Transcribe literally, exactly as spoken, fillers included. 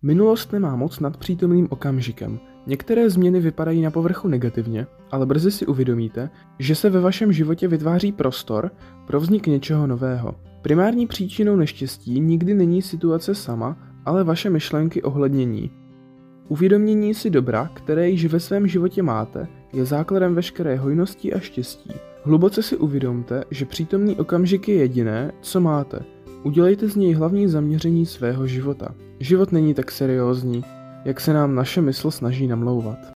Minulost nemá moc nad přítomným okamžikem. Některé změny vypadají na povrchu negativně, ale brzy si uvědomíte, že se ve vašem životě vytváří prostor pro vznik něčeho nového. Primární příčinou neštěstí nikdy není situace sama, ale vaše myšlenky ohledně ní. Uvědomění si dobra, které již ve svém životě máte, je základem veškeré hojnosti a štěstí. Hluboce si uvědomte, že přítomný okamžik je jediné, co máte. Udělejte z něj hlavní zaměření svého života. Život není tak seriózní, jak se nám naše mysl snaží namlouvat.